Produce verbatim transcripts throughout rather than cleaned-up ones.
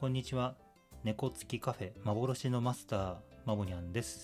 こんにちは。猫付きカフェ幻のマスターマボニャンです。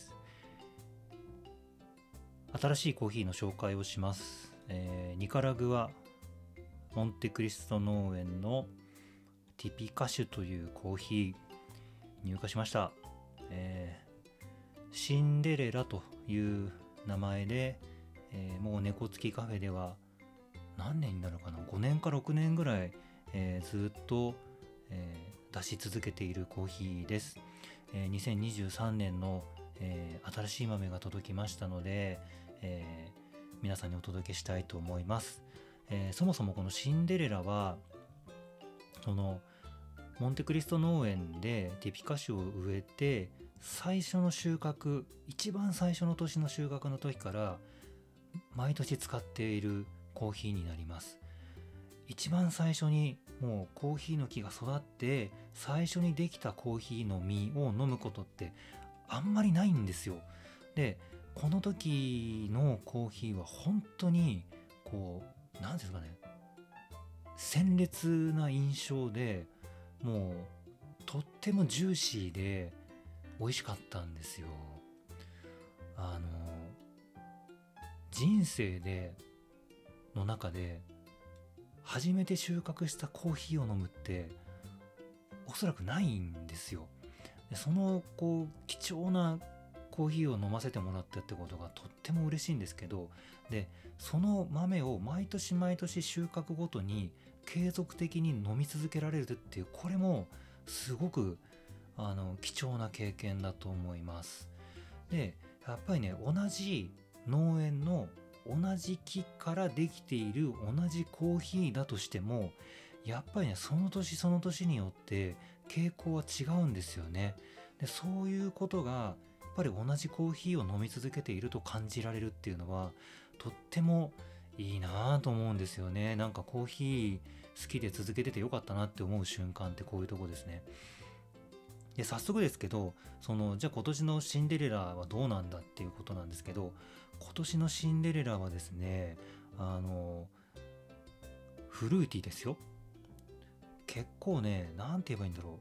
新しいコーヒーの紹介をします。えー、ニカラグアモンテクリスト農園のティピカシュというコーヒー入荷しました。えー、シンデレラという名前で、えー、もう猫付きカフェでは何年になるかな、ごねんかろくねんぐらい、えー、ずっと、えー、出し続けているコーヒーです。えー、にせんにじゅうさんねんの、えー、新しい豆が届きましたので、えー、皆さんにお届けしたいと思います。えー、そもそもこのシンデレラはそのモンテクリスト農園でティピカシュを植えて最初の収穫、一番最初の年の収穫の時から毎年使っているコーヒーになります。一番最初にもうコーヒーの木が育って最初にできたコーヒーの実を飲むことってあんまりないんですよ。で、この時のコーヒーは本当にこう、なんですかね、鮮烈な印象で、もうとってもジューシーで美味しかったんですよ。あの人生での中で初めて収穫したコーヒーを飲むっておそらくないんですよ。でそのこう貴重なコーヒーを飲ませてもらったってことがとっても嬉しいんですけど、でその豆を毎年毎年収穫ごとに継続的に飲み続けられるっていう、これもすごくあの貴重な経験だと思います。でやっぱりね、同じ農園の同じ木からできている同じコーヒーだとしても、やっぱりね、その年その年によって傾向は違うんですよね。でそういうことがやっぱり同じコーヒーを飲み続けていると感じられるっていうのはとってもいいなぁと思うんですよね。なんかコーヒー好きで続けててよかったなって思う瞬間ってこういうとこですね。で早速ですけど、そのじゃあ今年のシンデレラはどうなんだっていうことなんですけど、今年のシンデレラはですね、あのフルーティーですよ。結構ね、なんて言えばいいんだろ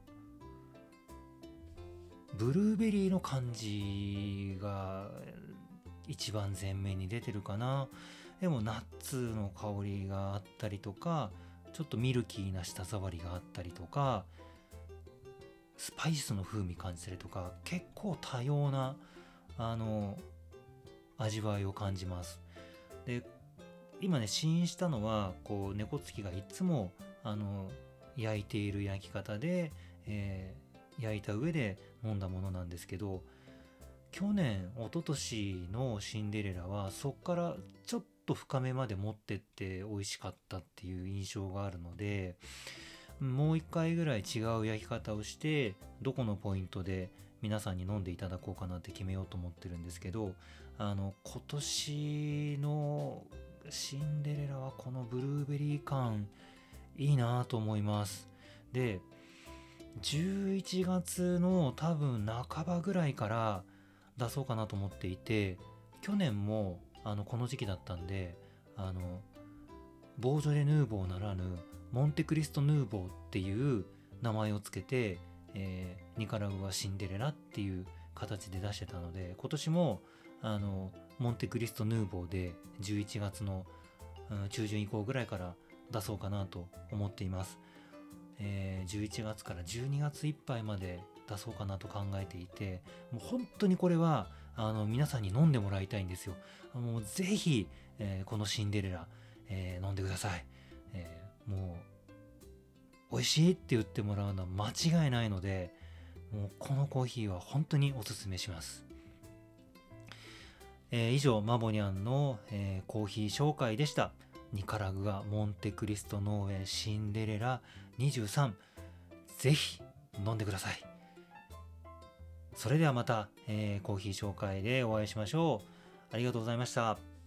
う、ブルーベリーの感じが一番前面に出てるかな。でもナッツの香りがあったりとか、ちょっとミルキーな舌触りがあったりとか、スパイスの風味感じたりとか、結構多様なあの味わいを感じます。で今ね、試飲したのはこう猫つきがいつもあの焼いている焼き方で、えー焼いた上で飲んだものなんですけど、去年一昨年のシンデレラはそこからちょっと深めまで持ってって美味しかったっていう印象があるので、もう一回ぐらい違う焼き方をしてどこのポイントで皆さんに飲んでいただこうかなって決めようと思ってるんですけど、あの今年のシンデレラはこのブルーベリー感いいなと思います。でじゅういちがつの多分半ばぐらいから出そうかなと思っていて、去年もあのこの時期だったんで、あのボージョレ・ヌーボーならぬモンテクリスト・ヌーボーっていう名前をつけて、えーニカラグア・シンデレラっていう形で出してたので、今年もあのモンテクリスト・ヌーボーでじゅういちがつの、うん、中旬以降ぐらいから出そうかなと思っています。えーじゅういちがつからじゅうにがついっぱいまで出そうかなと考えていて、もう本当にこれはあの皆さんに飲んでもらいたいんですよ。もうぜひ、えーこのシンデレラ、えー飲んでください。えーもう美味しいって言ってもらうのは間違いないので、もうこのコーヒーは本当におすすめします。えー以上、マボニャンの、えーコーヒー紹介でした。ニカラグアモンテクリスト農園シンデレラにじゅうさん、ぜひ飲んでください。それではまた、えーコーヒー紹介でお会いしましょう。ありがとうございました。